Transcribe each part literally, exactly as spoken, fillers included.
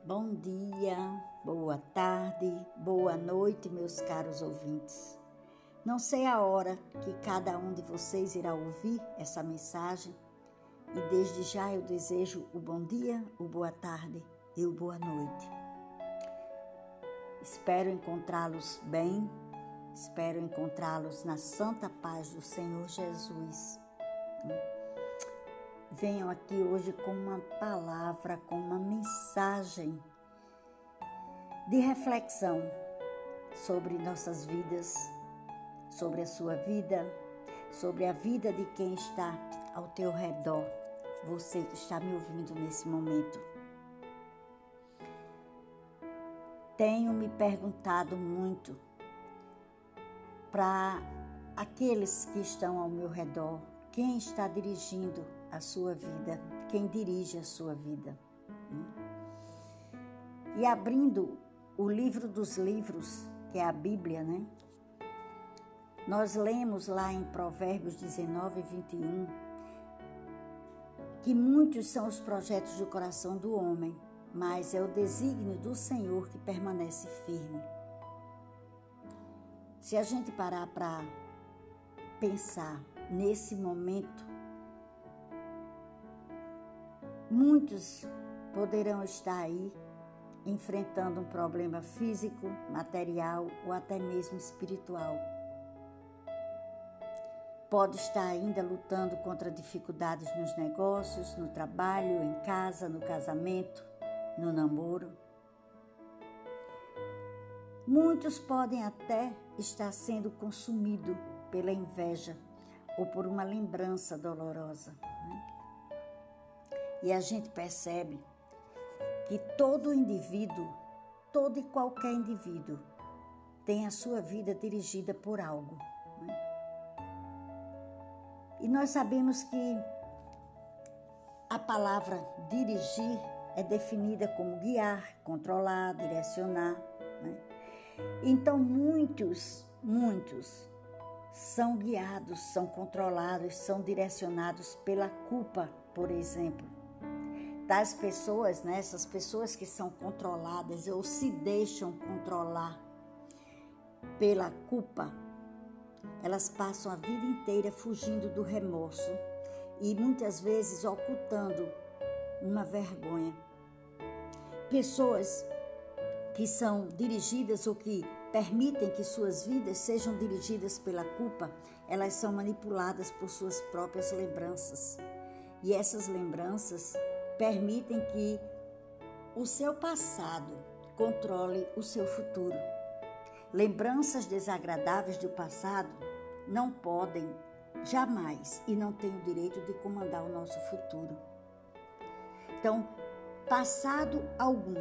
Bom dia, boa tarde, boa noite, meus caros ouvintes. Não sei a hora que cada um de vocês irá ouvir essa mensagem e desde já eu desejo o bom dia, o boa tarde e o boa noite. Espero encontrá-los bem, espero encontrá-los na santa paz do Senhor Jesus. Venham aqui hoje com uma palavra, com uma mensagem de reflexão sobre nossas vidas, sobre a sua vida, sobre a vida de quem está ao teu redor. Você que está me ouvindo nesse momento. Tenho me perguntado muito para aqueles que estão ao meu redor, quem está dirigindo a sua vida, quem dirige a sua vida. E abrindo o livro dos livros, que é a Bíblia, né? Nós lemos lá em Provérbios dezenove, vinte e um, que muitos são os projetos do coração do homem, mas é o desígnio do Senhor que permanece firme. Se a gente parar para pensar nesse momento, muitos poderão estar aí enfrentando um problema físico, material ou até mesmo espiritual. Pode estar ainda lutando contra dificuldades nos negócios, no trabalho, em casa, no casamento, no namoro. Muitos podem até estar sendo consumidos pela inveja ou por uma lembrança dolorosa. E a gente percebe que todo indivíduo, todo e qualquer indivíduo, tem a sua vida dirigida por algo. Né? E nós sabemos que a palavra dirigir é definida como guiar, controlar, direcionar. Né? Então muitos, muitos são guiados, são controlados, são direcionados pela culpa, por exemplo. Das pessoas, né, essas pessoas que são controladas ou se deixam controlar pela culpa, elas passam a vida inteira fugindo do remorso e muitas vezes ocultando uma vergonha. Pessoas que são dirigidas ou que permitem que suas vidas sejam dirigidas pela culpa, elas são manipuladas por suas próprias lembranças. E essas lembranças permitem que o seu passado controle o seu futuro. Lembranças desagradáveis do passado não podem, jamais, e não têm o direito de comandar o nosso futuro. Então, passado algum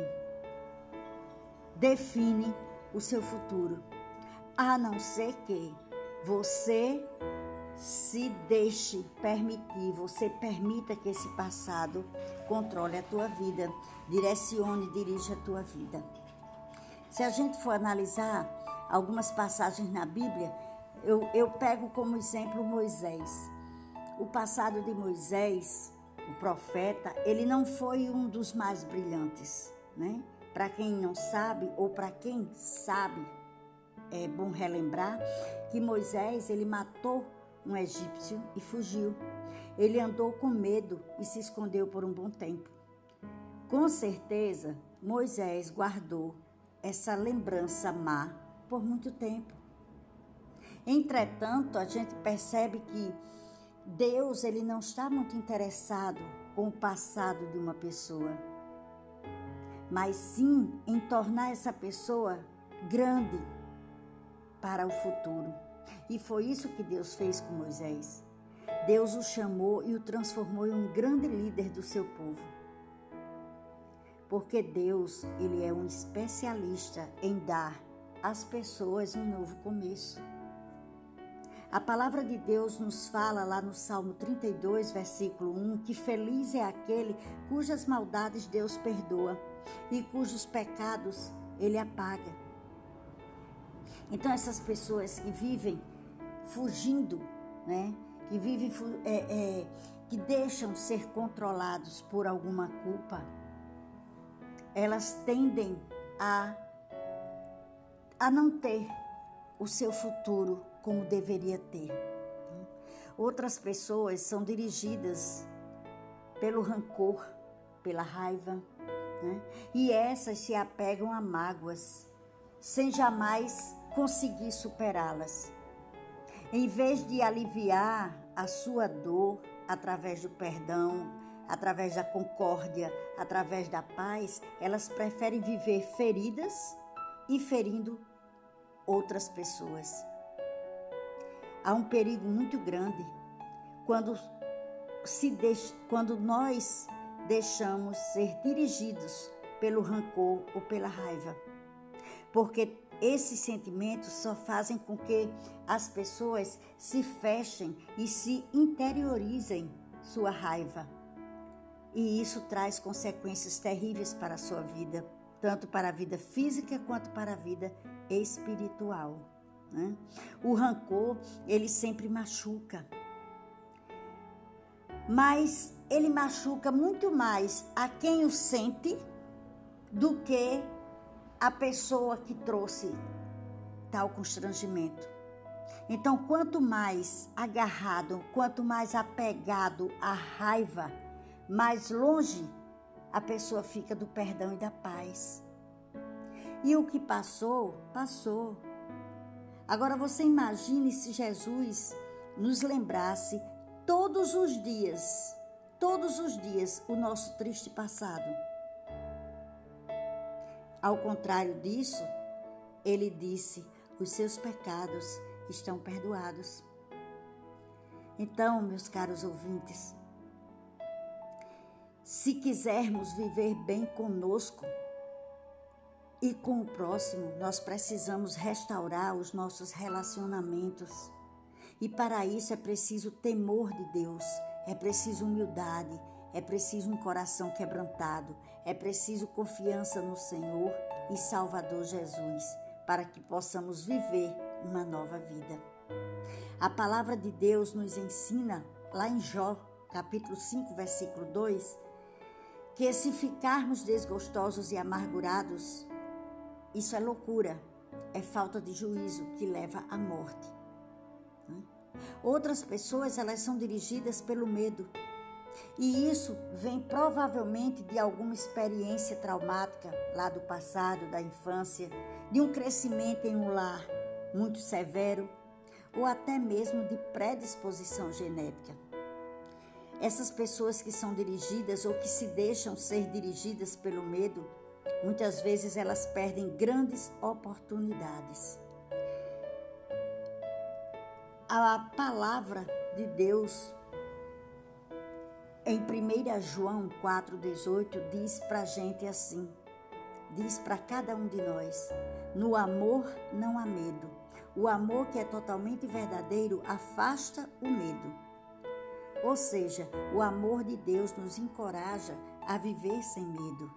define o seu futuro, a não ser que você se deixe permitir, você permita que esse passado controle a tua vida, direcione, dirija a tua vida. Se a gente for analisar algumas passagens na Bíblia, eu, eu pego como exemplo Moisés. O passado de Moisés, o profeta, ele não foi um dos mais brilhantes, né? Para quem não sabe, ou para quem sabe, é bom relembrar que Moisés, ele matou um egípcio e fugiu. Ele andou com medo e se escondeu por um bom tempo. Com certeza, Moisés guardou essa lembrança má por muito tempo. Entretanto, a gente percebe que Deus, ele não está muito interessado com o passado de uma pessoa, mas sim em tornar essa pessoa grande para o futuro. E foi isso que Deus fez com Moisés. Deus o chamou e o transformou em um grande líder do seu povo. Porque Deus, ele é um especialista em dar às pessoas um novo começo. A palavra de Deus nos fala lá no Salmo trinta e dois, versículo um, que feliz é aquele cujas maldades Deus perdoa e cujos pecados ele apaga. Então essas pessoas que vivem fugindo, né? que vivem, é, é, que deixam ser controlados por alguma culpa, elas tendem a, a não ter o seu futuro como deveria ter. Outras pessoas são dirigidas pelo rancor, pela raiva, né? E essas se apegam a mágoas, sem jamais conseguir superá-las. Em vez de aliviar a sua dor através do perdão, através da concórdia, através da paz, elas preferem viver feridas e ferindo outras pessoas. Há um perigo muito grande quando, se deix... quando nós deixamos ser dirigidos pelo rancor ou pela raiva, porque esses sentimentos só fazem com que as pessoas se fechem e se interiorizem sua raiva. E isso traz consequências terríveis para a sua vida, tanto para a vida física quanto para a vida espiritual, né? O rancor, ele sempre machuca, mas ele machuca muito mais a quem o sente do que a pessoa que trouxe tal constrangimento. Então, quanto mais agarrado, quanto mais apegado à raiva, mais longe a pessoa fica do perdão e da paz. E o que passou, passou. Agora você imagine se Jesus nos lembrasse todos os dias, todos os dias, o nosso triste passado. Ao contrário disso, ele disse, os seus pecados estão perdoados. Então, meus caros ouvintes, se quisermos viver bem conosco e com o próximo, nós precisamos restaurar os nossos relacionamentos. E para isso é preciso temor de Deus, é preciso humildade, é preciso um coração quebrantado, é preciso confiança no Senhor e Salvador Jesus, para que possamos viver uma nova vida. A palavra de Deus nos ensina, lá em Jó, capítulo cinco, versículo dois, que se ficarmos desgostosos e amargurados, isso é loucura, é falta de juízo que leva à morte. Outras pessoas, elas são dirigidas pelo medo. E isso vem provavelmente de alguma experiência traumática lá do passado, da infância, de um crescimento em um lar muito severo, ou até mesmo de predisposição genética. Essas pessoas que são dirigidas ou que se deixam ser dirigidas pelo medo, muitas vezes elas perdem grandes oportunidades. A palavra de Deus, em primeira João quatro, dezoito, diz para a gente assim, diz para cada um de nós, no amor não há medo. O amor que é totalmente verdadeiro afasta o medo. Ou seja, o amor de Deus nos encoraja a viver sem medo,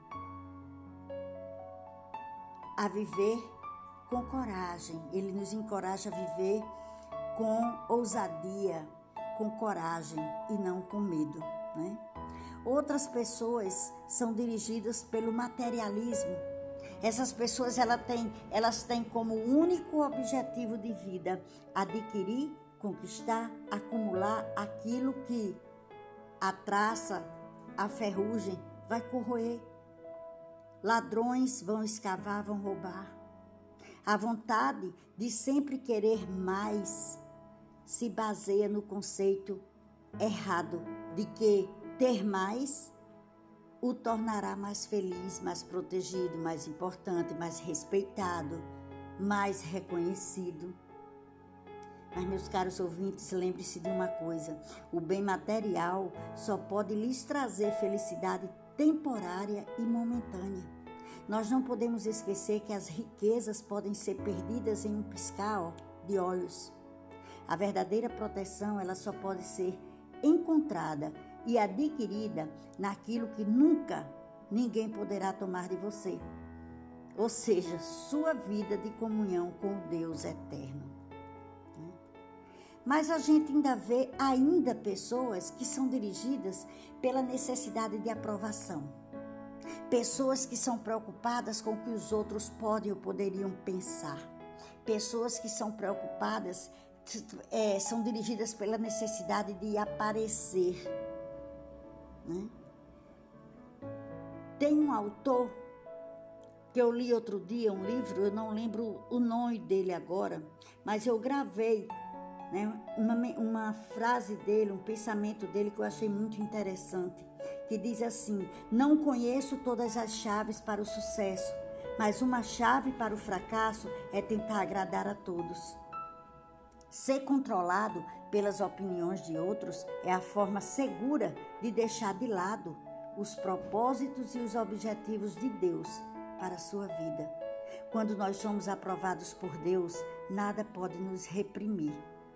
a viver com coragem. Ele nos encoraja a viver com ousadia, com coragem e não com medo, né? Outras pessoas são dirigidas pelo materialismo. Essas pessoas elas têm, elas têm como único objetivo de vida adquirir, conquistar, acumular aquilo que a traça, a ferrugem vai corroer. Ladrões vão escavar, vão roubar. A vontade de sempre querer mais se baseia no conceito errado de que ter mais o tornará mais feliz, mais protegido, mais importante, mais respeitado, mais reconhecido. Mas, meus caros ouvintes, lembre-se de uma coisa: o bem material só pode lhes trazer felicidade temporária e momentânea. Nós não podemos esquecer que as riquezas podem ser perdidas em um piscar de olhos. A verdadeira proteção, ela só pode ser encontrada e adquirida naquilo que nunca ninguém poderá tomar de você. Ou seja, sua vida de comunhão com o Deus eterno. Mas a gente ainda vê ainda pessoas que são dirigidas pela necessidade de aprovação. Pessoas que são preocupadas com o que os outros podem ou poderiam pensar. Pessoas que são preocupadas, é, são dirigidas pela necessidade de aparecer, né? Tem um autor que eu li outro dia, um livro, eu não lembro o nome dele agora, mas eu gravei, né, uma, uma frase dele, um pensamento dele que eu achei muito interessante, que diz assim: não conheço todas as chaves para o sucesso, mas uma chave para o fracasso é tentar agradar a todos. Ser controlado pelas opiniões de outros é a forma segura de deixar de lado os propósitos e os objetivos de Deus para a sua vida. Quando nós somos aprovados por Deus, nada pode nos reprimir.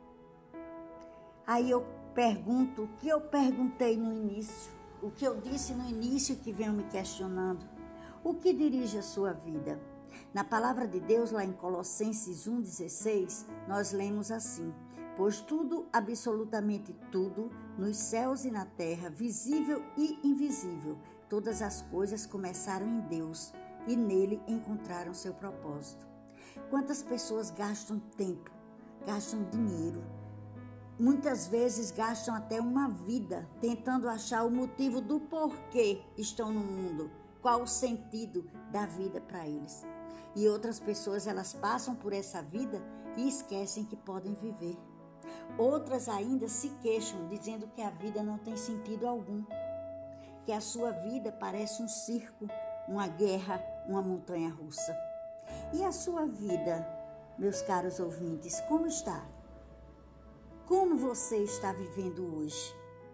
Aí eu pergunto o que eu perguntei no início, o que eu disse no início que venho me questionando. O que dirige a sua vida? Na palavra de Deus, lá em Colossenses um, dezesseis, nós lemos assim: pois tudo, absolutamente tudo, nos céus e na terra, visível e invisível, todas as coisas começaram em Deus e nele encontraram seu propósito. Quantas pessoas gastam tempo, gastam dinheiro, muitas vezes gastam até uma vida tentando achar o motivo do porquê estão no mundo, qual o sentido da vida para eles. E outras pessoas, elas passam por essa vida e esquecem que podem viver. Outras ainda se queixam, dizendo que a vida não tem sentido algum, que a sua vida parece um circo, uma guerra, uma montanha-russa. E a sua vida, meus caros ouvintes, como está? Como você está vivendo hoje?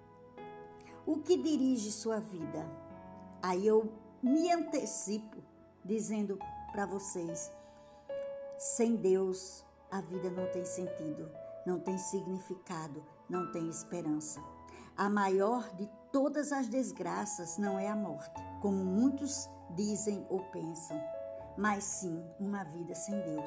O que dirige sua vida? Aí eu me antecipo dizendo para vocês: sem Deus a vida não tem sentido, não tem significado, não tem esperança. A maior de todas as desgraças não é a morte, como muitos dizem ou pensam, mas sim uma vida sem Deus.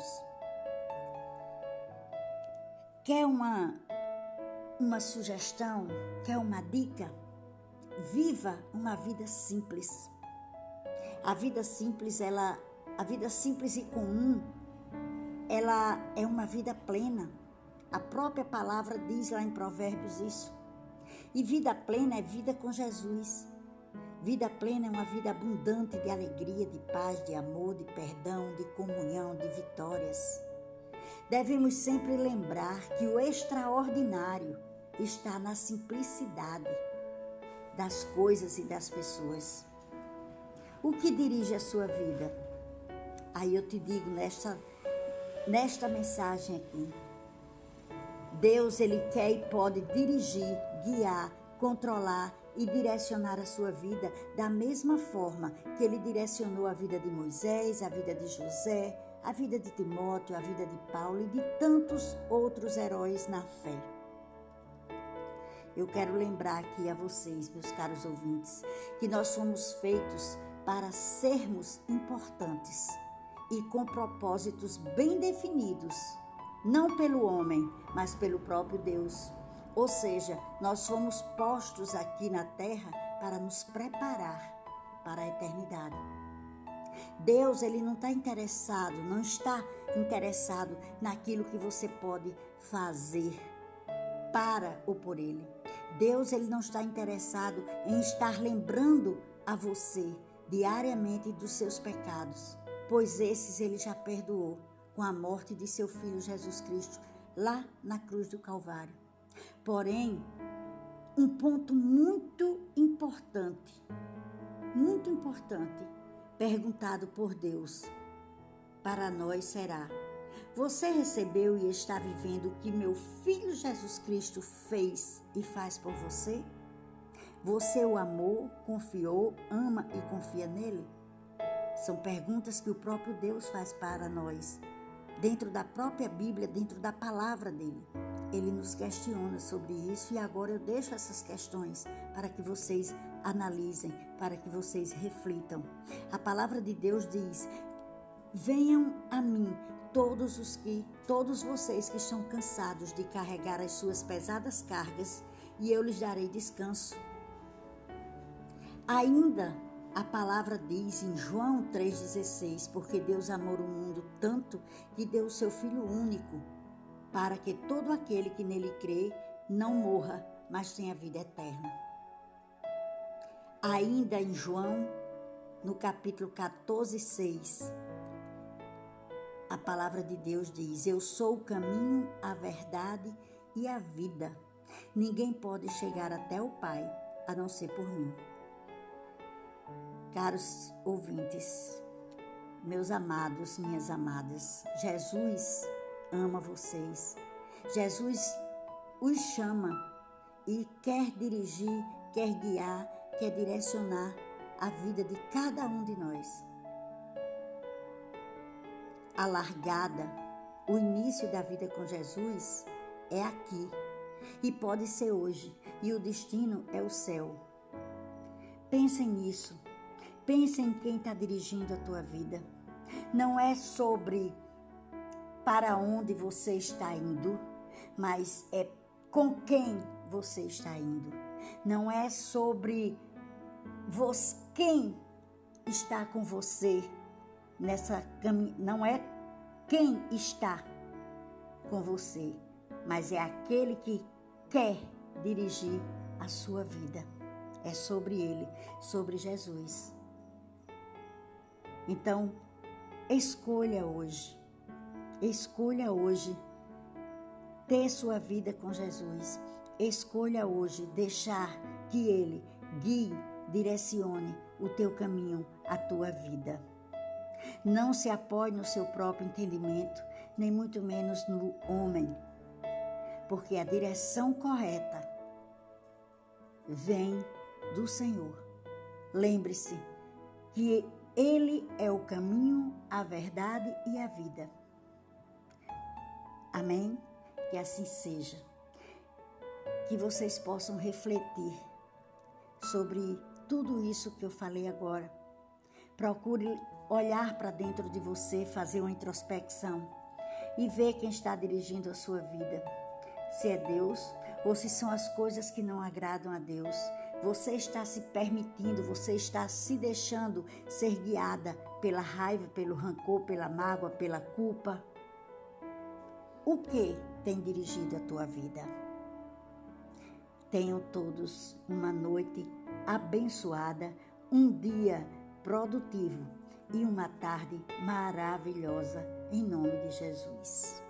Quer uma, uma sugestão? Quer uma dica? Viva uma vida simples. A vida simples, ela, a vida simples e comum, ela é uma vida plena. A própria palavra diz lá em Provérbios isso. E vida plena é vida com Jesus. Vida plena é uma vida abundante de alegria, de paz, de amor, de perdão, de comunhão, de vitórias. Devemos sempre lembrar que o extraordinário está na simplicidade das coisas e das pessoas. O que dirige a sua vida? Aí eu te digo nesta, nesta mensagem aqui. Deus, Ele quer e pode dirigir, guiar, controlar e direcionar a sua vida da mesma forma que Ele direcionou a vida de Moisés, a vida de José, a vida de Timóteo, a vida de Paulo e de tantos outros heróis na fé. Eu quero lembrar aqui a vocês, meus caros ouvintes, que nós somos feitos para sermos importantes e com propósitos bem definidos, não pelo homem, mas pelo próprio Deus. Ou seja, nós fomos postos aqui na terra para nos preparar para a eternidade. Deus, Ele não está interessado, não está interessado naquilo que você pode fazer para ou por Ele. Deus, Ele não está interessado em estar lembrando a você diariamente dos seus pecados, pois esses Ele já perdoou com a morte de seu Filho Jesus Cristo lá na cruz do Calvário. Porém, um ponto muito importante, muito importante, perguntado por Deus para nós será: você recebeu e está vivendo o que meu Filho Jesus Cristo fez e faz por você? Você o amou, confiou, ama e confia nele? São perguntas que o próprio Deus faz para nós. Dentro da própria Bíblia, dentro da palavra dele. Ele nos questiona sobre isso e agora eu deixo essas questões para que vocês analisem, para que vocês reflitam. A palavra de Deus diz: venham a mim todos os que, todos vocês que estão cansados de carregar as suas pesadas cargas, e eu lhes darei descanso. Ainda A palavra diz em João três dezesseis, porque Deus amou o mundo tanto que deu o seu Filho único, para que todo aquele que nele crê não morra, mas tenha vida eterna. Ainda em João, no capítulo quatorze, seis, a palavra de Deus diz: eu sou o caminho, a verdade e a vida. Ninguém pode chegar até o Pai a não ser por mim. Caros ouvintes, meus amados, minhas amadas, Jesus ama vocês. Jesus os chama e quer dirigir, quer guiar, quer direcionar a vida de cada um de nós. A largada, o início da vida com Jesus é aqui e pode ser hoje, e o destino é o céu. Pensem nisso. Pense em quem está dirigindo a tua vida. Não é sobre para onde você está indo, mas é com quem você está indo. Não é sobre você, quem está com você nessa caminhada. Não é quem está com você, mas é aquele que quer dirigir a sua vida. É sobre ele, sobre Jesus. Então, escolha hoje, escolha hoje ter sua vida com Jesus. Escolha hoje deixar que Ele guie, direcione o teu caminho, a tua vida. Não se apoie no seu próprio entendimento, nem muito menos no homem, porque a direção correta vem do Senhor. Lembre-se que Ele é o caminho, a verdade e a vida. Amém? Que assim seja. Que vocês possam refletir sobre tudo isso que eu falei agora. Procure olhar para dentro de você, fazer uma introspecção e ver quem está dirigindo a sua vida. Se é Deus ou se são as coisas que não agradam a Deus. Você está se permitindo, você está se deixando ser guiada pela raiva, pelo rancor, pela mágoa, pela culpa. O que tem dirigido a tua vida? Tenham todos uma noite abençoada, um dia produtivo e uma tarde maravilhosa, em nome de Jesus.